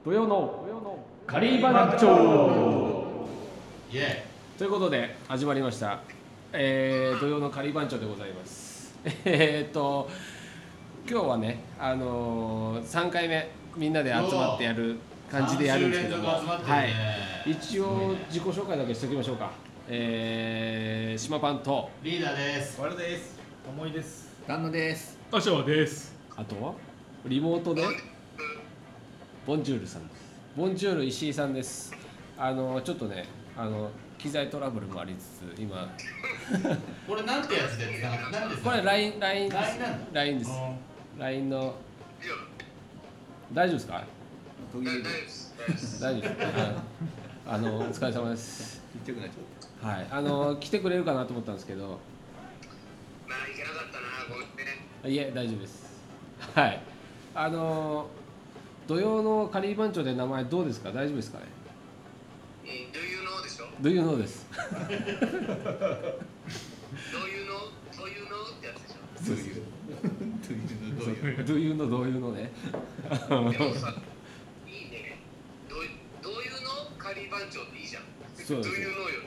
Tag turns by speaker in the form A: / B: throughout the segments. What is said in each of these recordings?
A: 土曜のカリー番長
B: イエ
A: ということで始まりました、土曜のカリー番長でございます今日はね、3回目みんなで集まってやる感じでやるんですけども、はい、一応自己紹介だけしておきましょうか。島パンと
B: リーダーです。
C: ワルです。思いです。
D: 旦那です。
C: あしょうです。
A: あとはリモートでボンジュールさんです。ボンジュール石井さんです。ちょっとね、機材トラブルもありつつ今
B: これなんてやつでつながった？何ですか？
A: これ LINE です。
B: LINE
A: です。LINE の大丈夫ですか？
D: 途切れる。
A: 大丈夫です。お疲れ様です。
D: ちっちゃくなっちゃ
A: はい、来てくれるかなと思ったんですけど、
E: まあ行けなかったな、ごめんね。
A: いえ大丈夫です。はい、土曜のカリー番長で名前どうですか？大丈夫ですかね？
E: Do you know でしょ？
A: Do you know です。
E: Do you know ってやつでしょ？
D: う。
A: Do you know ね。
E: でもさ、いいね。Do you know カリー番長っていいじゃん。
A: そうです
E: Do you know よ。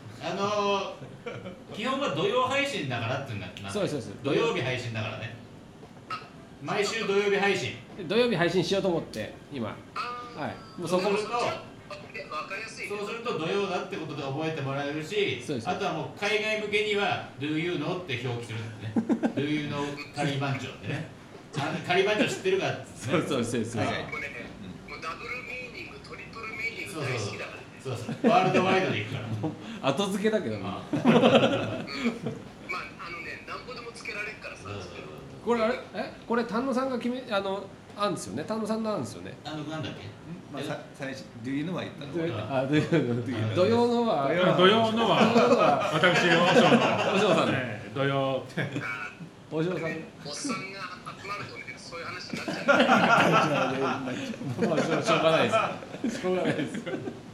B: 基本は土曜配信だからっていうんだな。
A: そうです。
B: 土曜日配信だからね。毎週土曜日配信。
A: 土曜日配信しようと思って今、はい、もうそこ
B: そうすると、
E: わかりやすいね。
B: そうすると土曜だってことで覚えてもらえるし、
A: そうです
B: あとはもう海外向けには Do you know って表記するんですね。Do you know カリー番長ってね。カリー番長知ってるかってね。
A: そう
E: もうね、もうダブルミーニング、トリプルミーニング大好きだからね。
B: そうワールドワイドでいくから。
A: 後付けだけどな。
E: まあなんぼでもつけられるからさ。
A: これあれこれ丹野さんが決めあんですよね。丹野さんなんですよね。
B: なんだっけ？
D: まあ最初Do you knowは言ったの。
A: あ、土曜のは
C: 土曜のは私
A: お嬢さん
C: 土曜。
A: お嬢さん。
E: おっさんが集まるとね、そういう話になっちゃう。
A: まあしょうがないです。しょうがないです。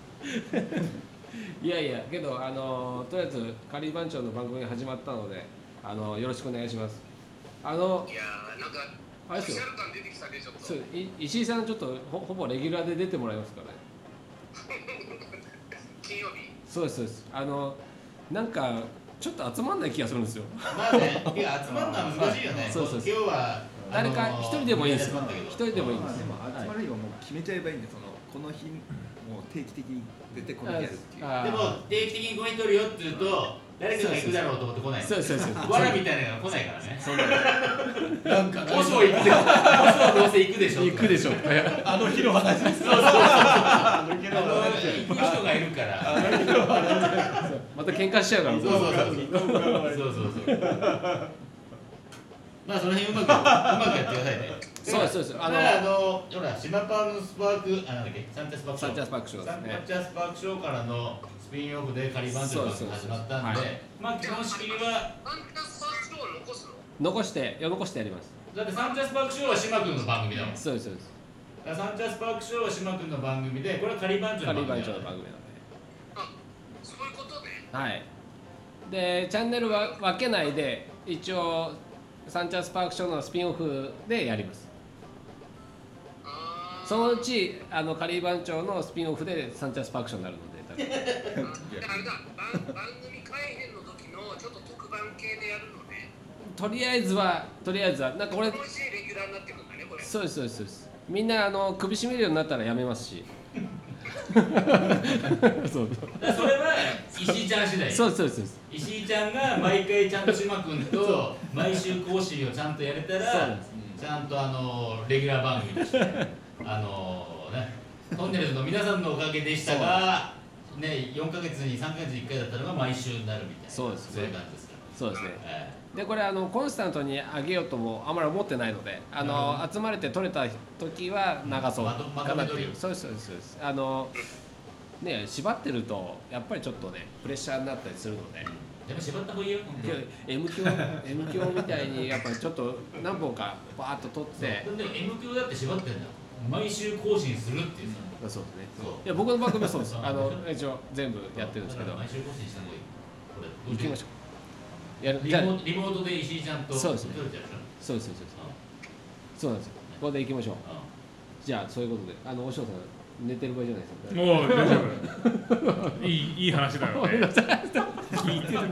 A: いやけどとりあえずカリー番長の番組が始まったのでよろしくお願いします。
E: いやーなんか
A: あれですよ。
E: スペシャル感出てきたねちょっと。
A: そう石井さんちょっとほぼレギュラーで出てもらいますからね。
E: 金曜日。
A: そうですなんかちょっと集まんない気がするんですよ。
B: まあね、いや集まるのは難しいよね。
A: そう
B: 今日は
A: 誰か一人でもいいです。一人でもいい
D: まあ
A: です。
D: でも集まるよもう決めちゃえばいいんでこの日もう定期的に絶対この日やるっていう。
B: でも定期的にここに取るよって言うと誰かが行くだろうと思って来ない。
A: そう。
B: わらみたいなのが来ないからね。
A: そうなんか
B: もしも行くでしょ。もしもどうせ行くでしょ。
A: 行くでしょ。
C: あの日の話です。
B: そう。行く人がいるから。
A: また喧嘩しちゃうから。
B: そう。まあその辺うまくやってくださいね。
A: そうです。
B: ほら島パンのスパークなんだっけサンチャスパークショー。
A: サンチャスパークショーですね。
B: サンチャスパークショーからのスピンオフでカリバンというのが始まったんで、まあ基本仕切りは
E: サンタスパークショーを残すの？
A: 残してやります。
B: だってサンチャスパークショーは島君の番組だもん。
A: そうです。
B: サンチャスパークショーは島君の番組で、これはカリバンチョ
A: カ
B: の番組だ
A: リー番長の番組なので。
E: あ、そういうことね。
A: はい。でチャンネルは分けないで一応サンチャスパークショーのスピンオフでやります。そのうちカリー番長のスピンオフでサンチャスパークショーになるので。
E: あれだ、番組改編の時のちょっと特番系でやるのね。
A: とりあえずはなんか俺
E: もしレギュラーになってくるんだねこれ。
A: そうです。みんな首絞めるようになったらやめますし。そう。
B: それは石井ちゃん次第。
A: そう。
B: 石井ちゃんが毎回ちゃんと島君と毎週更新をちゃんとやれたら、ちゃんとレギュラー番組としてトンネルズの皆さんのおかげでしたが、ね、4ヶ月に3ヶ月に1回だったのが毎週になるみたいな。
A: そうですね。
B: そういう感じですから。
A: そうですね。でこれコンスタントに上げようともあまり思ってないので集まれて取れた時は流そうかなっていう。そうです。ね縛ってるとやっぱりちょっとねプレッシャーになったりするので。
B: でも縛った方がいいよ。
A: M 響みたいにやっぱりちょっと何本かバーッと取って。
B: で M 響だって縛ってんだ。毎週更新するっていうさ。
A: そうですね。いや僕の番組はそうです。一応全部やってるんですけど。
B: 毎週更新した方がいい。これ
A: 行きましょう。リモ
B: ートで石井ちゃんと
A: そうですね。
B: 撮れちゃうでしょ。
A: そうなんですよ。ここで行きましょう。 じゃあそういうことでおしょうさん寝てる場合じゃないですか。
C: もう大丈夫。いい話だよね。
A: 聞いてるのか。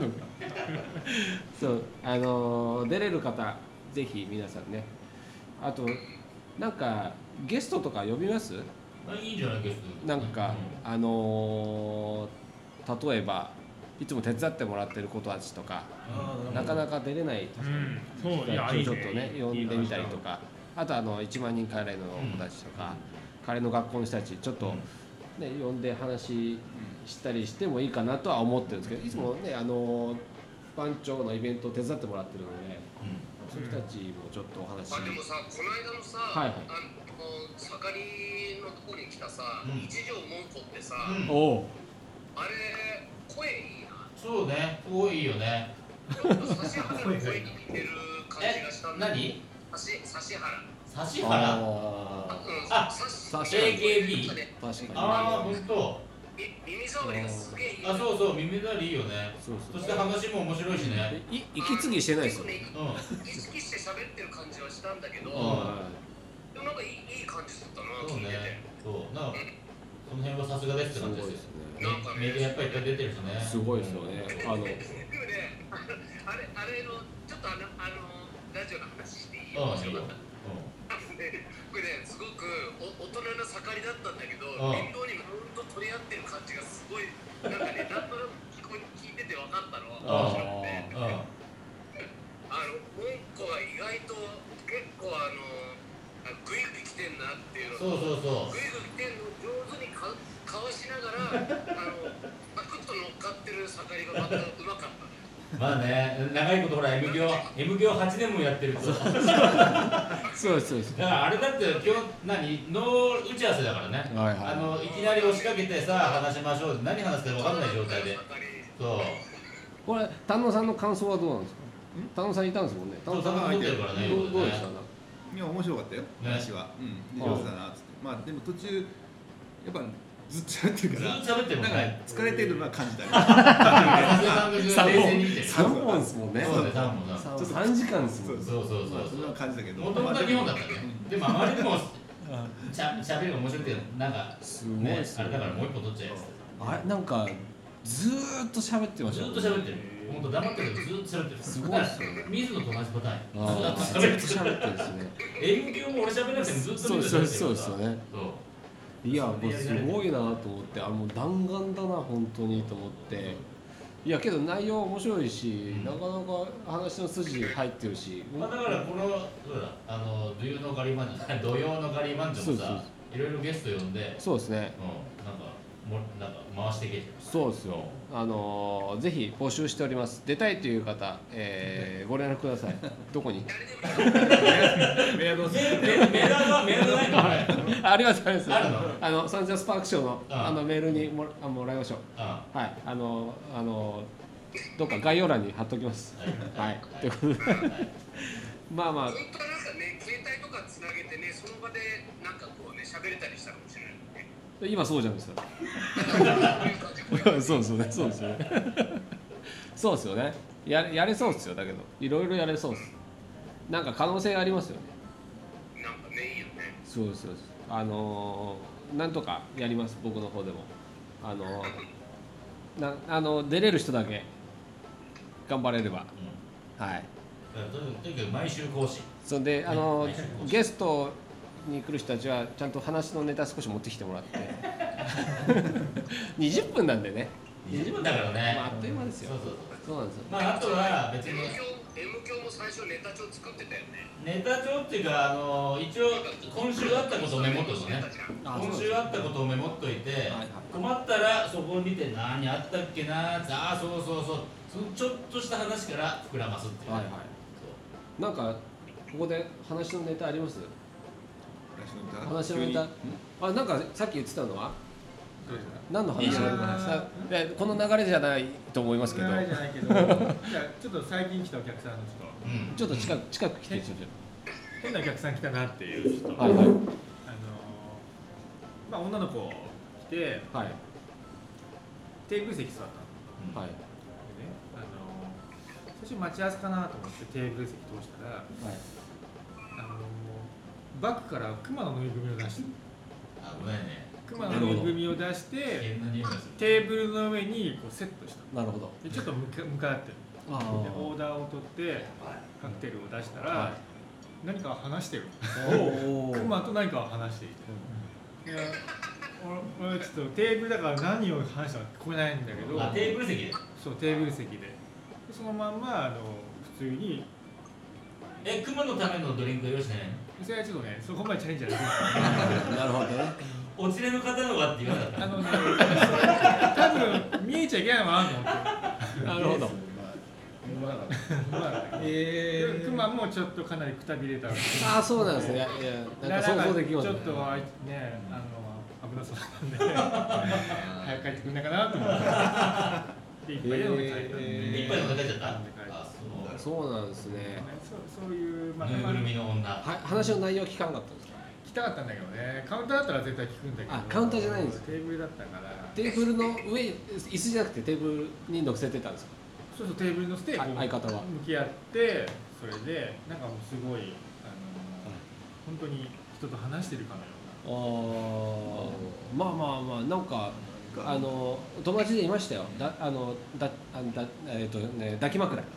A: そう出れる方ぜひ皆さんね。あとなんかゲストとか呼びます？
B: いいんじゃないゲスト。
A: なんか例えばいつも手伝ってもらってる子たちとか、なかなか出れない人たちをちょっとね呼んでみたりとか、あと1万人カレーの子たちとか、カレーの学校の人たちちょっとね呼んで話したりしてもいいかなとは思ってるんですけど、いつもね番長のイベントを手伝ってもらってるので、そういう人たちもちょっとお話。
E: でもさ、この間のさ、
A: はいはい、
E: 盛りのところに来たさ、一条もんこってさ、
A: お
E: あれ声いいな。
B: そうね、すごいいいよね。
E: ちょっと指原の声に似てる感じがしたんだけど。
B: 何？
E: 指原。
B: 指原？あ、AKB？
A: 確かに。
B: ああ、ほんと。
E: 耳障りがすげえいい。
B: あ、そうそう、耳障りいいよね。そして話も面白いしね。
A: 息継ぎしてないですよね。
E: 意識して喋ってる感じはしたんだけど、でもなんかいい感じだったな、聞いてて。
B: そう、なんかその辺はさすがですって感じですよ。メディアやっぱりいっぱい出てるしね。
A: すごいですよね。
E: でもね、あれのちょっとラジオの話していい？面白かった。これね、すごく大人の盛りだったんだけど、面倒にマウント取り合ってる感じがすごいなんかね、なんとなく聞いてて分かったの。面白くて。もんこは意外と結構グイグイ来てんなっていうのと、グイグイ来てんの上手にかわしながらパクッと乗っかってる盛りがまたうまかった。
B: まあね、長いことほら M 業8年もやってると
A: そうですそうです。
B: だからあれだって今日ノー打ち合わせだからね、いきなり押しかけてさ話しましょう何話すか分かんない状態で。そう
A: これ丹野さんの感想はどうなんですか？丹野さんいたんですもんね。
B: 丹野さんが入ってるからね。
A: どうでしたか？
D: いや面白かったよ話は。上手だなっつって。まあでも途中やっぱずっと喋ってるから、
B: ずっと喋ってるもんね。
D: なんか疲れてるのは感じたね。
A: 3本ですもんね。
B: そうね、3本だ。
A: ちょっと3時間ですもん。
B: そう。
D: そんな感じだけど。
B: もともと日本だったね。でもあまりにも喋りが面白くてなんか
A: すごいですね。
B: あれだからもう一本取っちゃいます。
A: あれなんかずーっと喋ってました。
B: ずっと喋ってる。本当黙ってるけどずっと喋ってる。
A: すごいですよね。
B: 水野と同じパターン。
A: ずっと喋ってるんですね。
B: 演技も俺喋らなくてもずっと見てる。
A: そうですよね。いやもうすごいなと思って、もう弾丸だな本当にと思って。いやけど内容面白いし、なかなか話の筋入ってるし。
B: だからこの土曜のガリバンジョもさ、いろいろゲスト呼んで。
A: そうですね。
B: なんか回していける。
A: そうですよ。ぜひ募集しております。出たいという方、ご連絡ください。どこに？
B: メールないの？
A: ありますあります。
B: あるの？
A: サンジャスパークショーのメールにもらいましょう。はい。どっか概要欄に貼っときます。はい。ということで、まあまあ。
E: 本当はなんかね、携帯とかつなげてね、その場でなんかこうね喋れたりしたかもしれない。
A: 今そうじゃないですか。そうですよね。そうですよね。そうですよね。やれそうですよ。だけどいろいろやれそうです。なんか可能性ありますよね。
E: なんかね、いいよね。
A: そうですそうです。なんとかやります。僕の方でも出れる人だけ頑張れれば、はい。
B: とにかく毎週更新。
A: そんでゲストに来る人たちはちゃんと話のネタ少し持ってきてもらって20分なんでね。
B: 20分だからね。
A: あっという間ですよ。そうなんですよ。
B: まああとは別に
E: M 響も最初ネタ帳作ってたよね。
B: ネタ帳っていうか一応今週あったことをメモっとくね。今週あったことをメモっといて、困ったらそこを見て何あったっけなーって、そうそのちょっとした話から膨らますっていう。
A: なんかここで話のネタあります？話のネタ。なんかさっき言ってたのは何の話でこの流れじゃないと思いますけど。
C: 流れじゃないけど、じゃあちょっと最近来たお客さんの
A: ちょっと近く来て
C: 変なお客さん来たなっていう人。まあ女の子来て、テーブル席座ったの。でね、最初待ち合わせかなと思ってテーブル席通したら、 バッグから熊のぬいぐるみを出して、
B: 危ないね。
C: 熊のぬいぐるみを出してテーブルの上にこうセットした。
A: なるほど。
C: でちょっと向かってる。でオーダーを取ってカクテルを出したら、何か話してる。熊と何かを話していて、いや俺ちょっとテーブルだから何を話したか聞こえないんだけど、
B: テーブル席で。
C: そうテーブル席で、そのまんま普通に
B: 熊のためのドリンク用意しないの？
C: それはちょっとね、そこまでチャレンジはできない。
A: なるほどね。
B: お連れの方のはって言わなかった。
C: 多分見えちゃいけないのかなと思って。
A: なるほど。
C: クマもちょっとかなりくたびれた。
A: ああ、そうなんですね。いや、なんか想像できますね。
C: ちょっとね、危なそうなんで早く帰ってくるんないかなと思って。一杯飲んで帰った。
B: 一杯飲んで帰っちゃった。
A: そうなんですね。
C: そういう
B: ぬいぐるみの女。
A: 話の内容聞かなかったんですか？
C: 聞きたかったんだけどね。カウンターだったら絶対聞くんだけど。
A: あ、カウンターじゃないんです。
C: テーブルだったから。
A: テーブルの上、椅子じゃなくてテーブルに乗せてたんですか？
C: そうそう、テーブルに乗せて
A: 相方は
C: 向き合って、それでなんかもうすごい本当に人と話してるかのような。
A: まあなんか友達でいましたよ。抱き枕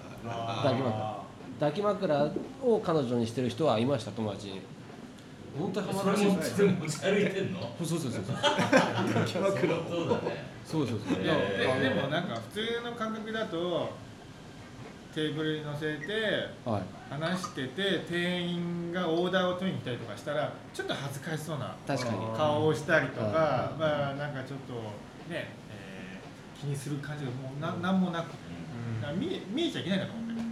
A: を彼女にしてる人はいました、友達に。本当にハマらない。
B: 持ち歩いてんの？
A: そう。
B: そうだね。
A: そう。
C: でもなんか普通の感覚だとテーブルに乗せて話してて、店員がオーダーを取りに来たりとかしたらちょっと恥ずかしそうな顔をしたりとか、まあなんかちょっとね、気にする感じがもうなんもなく、見えちゃいけないんだと思って。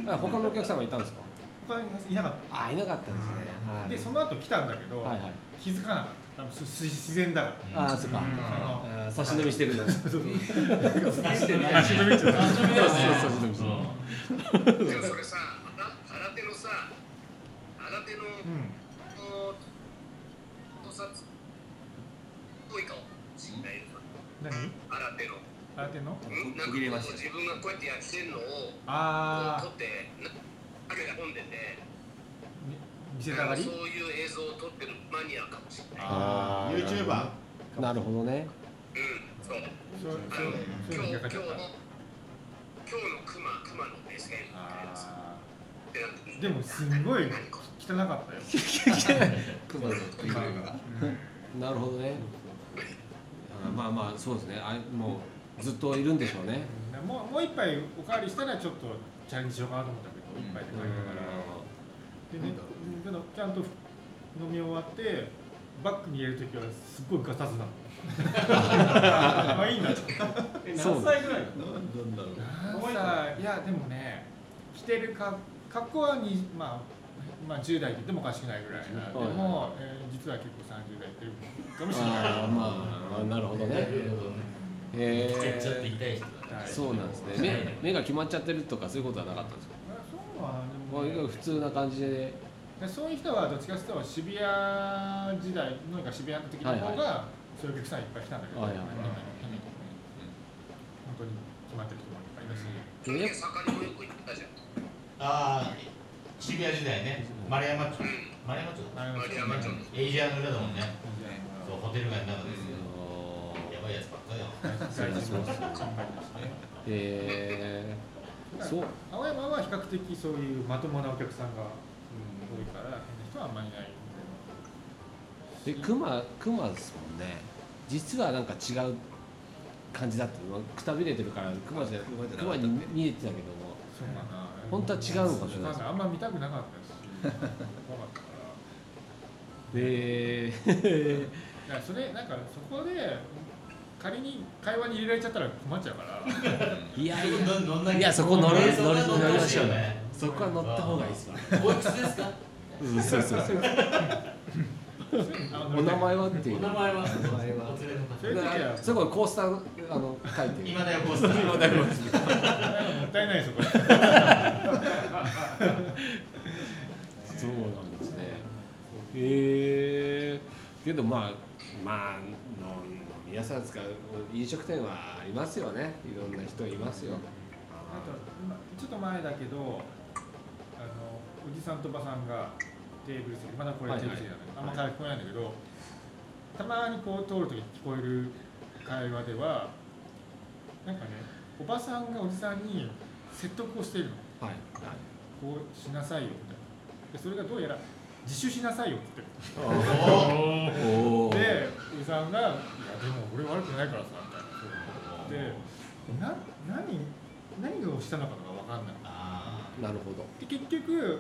A: 他のお客さんはいたんですか？
C: 他にいなかった。
A: あ、いなかったんですね。
C: でその後来たんだけど、気づかなかった。多分自然だから。
A: ああ、そっか。差し飲みしてるんだ。
C: 差し飲みしてる。
E: でもそれさ、新手の盗撮っぽいかもしれないです。
C: 何？新手の？
E: 途切れました。自分がこうやってやってんのを撮ってカメラ本でね。
C: 見せたがり？
E: そういう映像を撮ってるマニアかもしれない。
B: YouTuber。
A: なるほどね。
E: そう。今日の熊の目線みたいなさ。
C: でもすごい汚かったよ。
A: 熊のなるほどね。まあそうですね。もうずっといるんでしょうね。
C: もう一杯おかわりしたらちょっとチャレンジしようかなと思ったけど、一杯で帰ったから。でね、ちゃんと飲み終わってバッグに入れるときはすっごいガタツなの。まあいいんだ。
A: 何歳ぐらい？
C: いやでもね、着てる格好はまあ10代って言ってもおかしくないぐらい。でも実は結構30代ってるかもしれない。
A: まあなるほどね。
B: ちょっと痛い人だ。
A: そうなんですね。目が決まっちゃってるとかそういうことはなかったんですか？普通な感じで。
C: そういう人はどっちかというと渋谷時代の渋谷の時の方がそういうお客さんいっぱい来たんだけど、本当に決まってる人もいっぱいいるし。
E: 盛りもよく行ったじゃん。
B: ああ、渋谷時代ね。丸山町。エイジアの裏だもんね。そうホテル街の中ですよ。やばいやつばっかりよ。
C: そう。青山は比較的そういうまともなお客さんが多いから変な人はあんまりいない。
A: 熊ですもんね。実はなんか違う感じだったの。くたびれてるから熊に見えてたけども。
C: そうかな。
A: 本当は違うのかもしれない。
C: あんま見たくなかったし。怖かったから。それなんかそこで仮に会話に入れられちゃったら困っちゃうから。
A: いやそこ乗りましょうね。そこは乗った方がいいですわ。
B: おいくつですか？
A: そう。お名前はっていう。
B: お名前は。
A: そこコースター書いてる。
B: 今だよコースター。
C: もったいないそこ。
A: そうなんですね。けどまあ皆さん使う飲食店はありますよね。いろんな人いますよ。
C: あとちょっと前だけどおじさんとおばさんがテーブル席、まだこれテーブル席なんだけど、あんま聞こえないんだけど、たまにこう通るとき聞こえる会話では、なんかね、おばさんがおじさんに説得をしているの。こうしなさいよみたいな。でそれがどうやら自首しなさいよって言ってる。で、おじさんが、いやでも俺悪くないからさみたいな。で、何をしたのかが分かんない。
A: なるほど。
C: で結局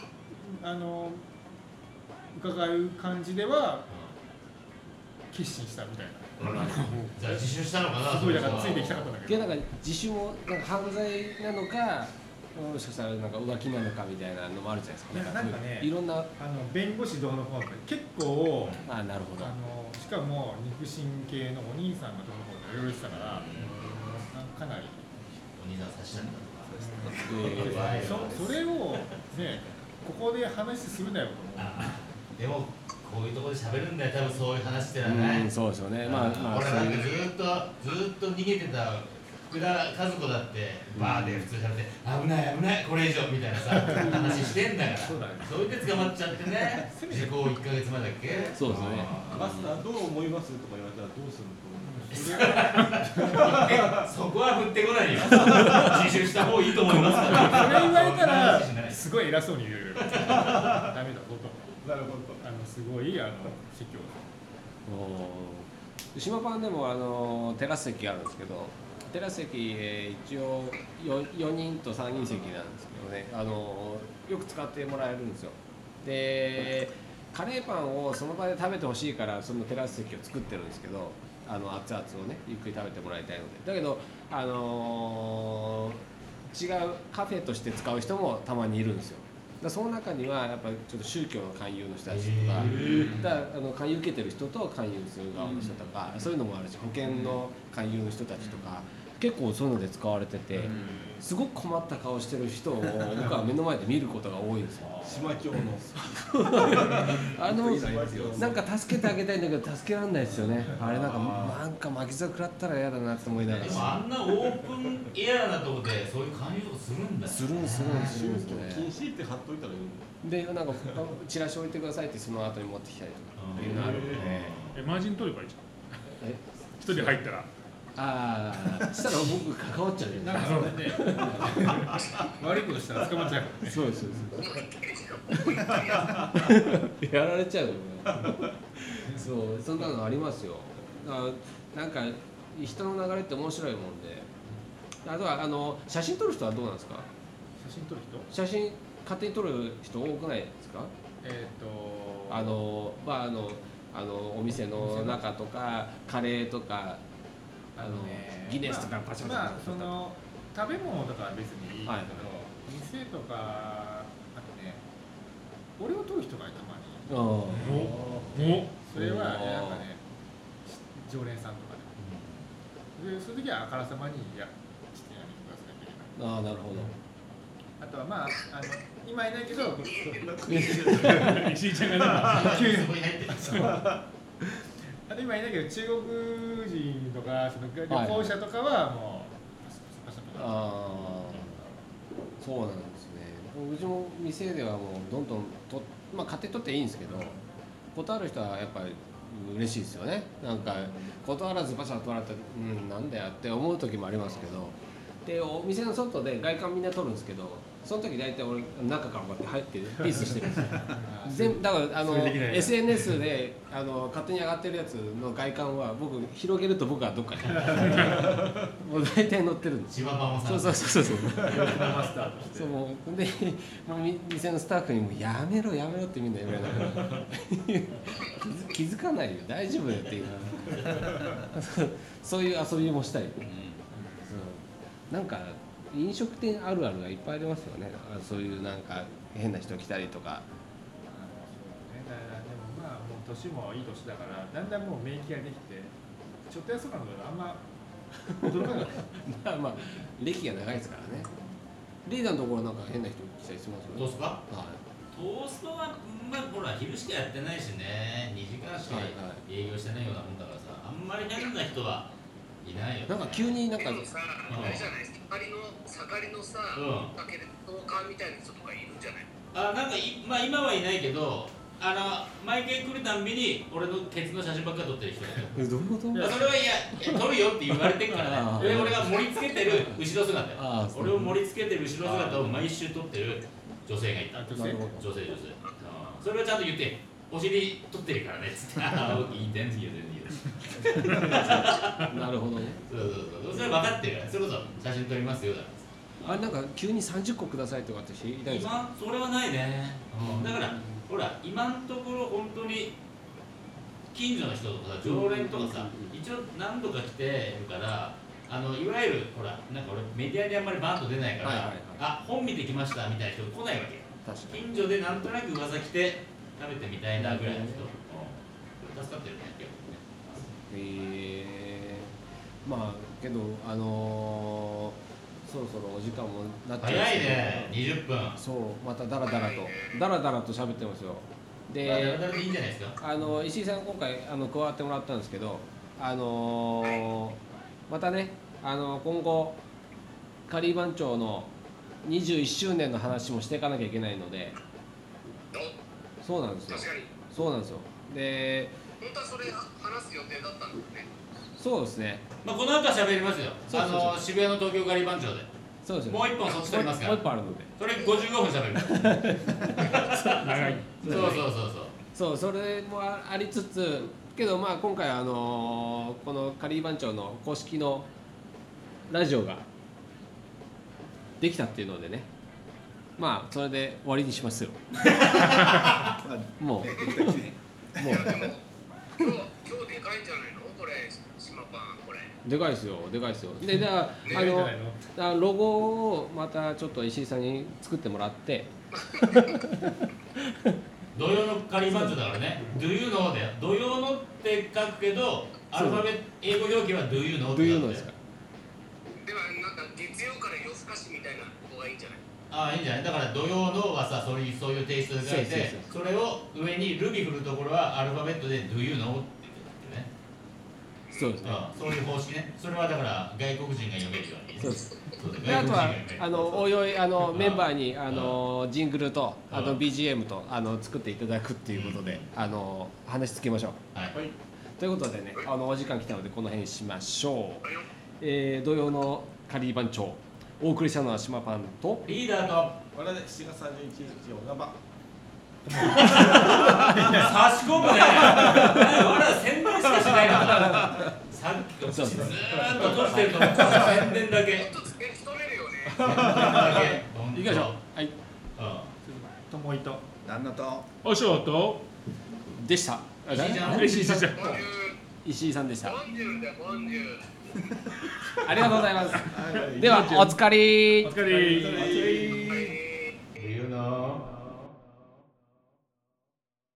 C: 伺う感じでは決心したみたいな。
B: じゃあ自首したのかな。
C: すごいだからついていきたかったんだけど。
A: なんか自首もなんか犯罪なのか、もしかしたらなんか浮気なのかみたいなのもあるじゃないですか。
C: なんかね、
A: いろんな
C: 弁護士どうのこうの結構
A: なるほど。
C: しかも肉親系のお兄さんがどうのこうのいろいろ言ってたから、かなり
B: お兄さん刺しちゃったとか。
C: それをね、ここで話するなよと思
B: う。でもこういうところで喋るんだよ、多分そういう話ってのはね。
A: そうですよね。まあ
B: 俺なんかずっと逃げてた福田和子だってバーで普通喋って危ないこれ以上みたいなさ話してんだから。そう言って捕まっちゃってね。時効1ヶ月前だっけ。
A: そうですね。
F: マスターどう思いますとか言われたらどうするの？
B: そこは振ってこないよ。自首した方がいいと思いますから。
C: それ言われたらすごい偉そうに言うよ。ダメだぞと。
F: なるほど。
C: すごい説教。
A: 島パンでもテラス席があるんですけど、テラス席一応4人と3人席なんですけどね、よく使ってもらえるんですよ。でカレーパンをその場で食べてほしいからそのテラス席を作ってるんですけど、熱々をねゆっくり食べてもらいたいので、だけど違うカフェとして使う人もたまにいるんですよ。その中にはやっぱりちょっと宗教の勧誘の人たちとか、勧誘受けてる人と勧誘する側の人とか、そういうのもあるし、保険の勧誘の人たちとか結構そういうので使われてて、すごく困った顔してる人を僕は目の前で見ることが多いんですよ。
F: 島町の
A: なんか助けてあげたいんだけど助けられないですよね。あれなんか巻き添え食らったら嫌だなって思いながら。
B: でもあんなオープンエアなとこでそういう勧誘とかするんだ。
A: するんですね。
F: 禁止って貼っといたらいい
A: でなんかチラシ置いてくださいってその後に持ってきたりとかっていうのあるんで。
C: マージン取ればいいじゃん。一人入ったら。
A: したら僕関わっちゃうじゃないですか。
C: 悪いことしたら捕まっちゃうからね。
A: そうです。やられちゃうよね。そんなのありますよ。なんか人の流れって面白いもんで。あとは写真撮る人はどうなんですか？
C: 写真撮る人？
A: 写真勝手に撮る人多くないですか？お店の中とかカレーとか。ギネスとかパチパチ
C: その食べ物とかは別にいいけど、店とかあとね、俺を撮る人がたまにそれはなんかね、常連さんとかでそういう時はあからさまにしてやめてくださいみたいな。
A: なるほど。
C: あとは今いないけど
A: 石井ちゃんが
C: 急にそこに入って今いないけど中国人とかその旅行者とかはも
A: うそうなんですね。うちも店ではもうどんどん勝手に取っていいんですけど、断る人はやっぱり嬉しいですよね。なんか断らずバシャッと取られてなんだよって思う時もありますけど、でお店の外で外観みんな撮るんですけど、その時大体俺中からこうやって入ってピースしてるんですよ。だからSNS で勝手に上がってるやつの外観は僕広げると僕はどっかにもう大体載ってるんです。
B: 島パンさん。
A: そうマスターとして。そうもうで店のスタッフにもやめろってみんな言われながら気づかないよ大丈夫よっていうそういう遊びもしたり。なんか飲食店あるあるがいっぱいありますよね。そういうなんか変な人来たりとか。
C: でももう年もいい年だからだんだんもう免疫ができてちょっとやそかのことあんま驚かない。
A: 歴が長いですからね。リーダーのところなんか変な人来たりしますよね。
B: トースパ？トースパはほら昼しかやってないしね、2時間しか営業してないようなもんだからさ、あんまり変な人はいないよね。
A: なんか急になんか
E: あれじゃない盛りのさ、かけるトーカーみたいな人とかいるんじゃない？
B: なんかまあ今はいないけど、毎回来るたんびに俺のケツの写真ばっかり撮ってる人だよ。
A: どういうこと？
B: それはいや撮るよって言われてるからね。俺が盛り付けてる後ろ姿よ。俺を盛り付けてる後ろ姿を毎週撮ってる女性がいた。女性。それはちゃんと言って、お尻撮ってるからねっつって。いい全然いいよ全然いいよ。
A: なるほどね。
B: それ分かってるから、それこそ写真撮りますよだ。
A: なんか急に30個くださいとかって知りたいですか？
B: 今それはないね。だからほら今のところ本当に近所の人とかさ、常連とかさ、一応何度か来てるから、いわゆるほらなんか俺メディアにあんまりバンと出ないから、本見てきましたみたいな人来ないわけ。近所でなんとなく噂来て食べてみたいなぐらいの人、助かってるね結構ね。
A: まあけどそろそろお時間もなっちゃう。
B: 早いね、20分。
A: そうまたダラダラと喋ってますよ。で、
B: ダラダラでいいんじゃないですか。
A: 石井さん今回加わってもらったんですけど、またね今後カリー番長の21周年の話もしていかなきゃいけないので。そうなんですよ。そうなんですよ。で、
E: 本当はそれ話す予定だったんですね。
A: そうですね。
B: まあこの後は喋りますよ。渋谷の東京カリー番長で。
A: そうですよ。
B: もう一本そっち取りますから。
A: もう一本あるので。
B: それ55分喋る。長い。そう、
A: それもありつつ、けどまあ今回このカリー番長の公式のラジオができたっていうのでね。まあそれで終わりにしますよ。もう。
E: 今日でかいんじゃないのこれ、島パンこれ。
A: でかいですよ。でだからロゴをまたちょっと石井さんに作ってもらって。
B: 土曜のカリー番長だからね。Do you know だよ。土曜のって書くけど、アルファベット英語表記は Do you know って書く。
A: ですか。
E: ではなんか月曜から夜更かしみたいな方がいいんじゃない？
B: いいんじゃない。だから土曜のはさ、そういうテイストで書いて、それを上にルビ振るところはアルファベットで Do you know って言ってね。
A: そうですね。
B: そういう方式ね。それはだから外国人が読めるように。
A: そうです。であとはおいおいメンバーにジングルとBGM と作っていただくっていうことで話つけましょう。はい。ということでねお時間来たのでこの辺にしましょう。土曜のカリー番長お送りしたのは島パンと
B: リーダーと
F: 我々7月31日お生
B: 差し込むね。我ら宣伝しかしないの。さっきとずーっと閉じてると思ったら宣伝だけ。
E: ちょっと付け勤めるよね。
B: 宣伝だけ。
A: いきましょう。はい。
C: ともいと
D: 旦那と
C: おしょうと
A: でした。石井さんでした。ありがとうございます。ではお疲れ。
C: お疲れ。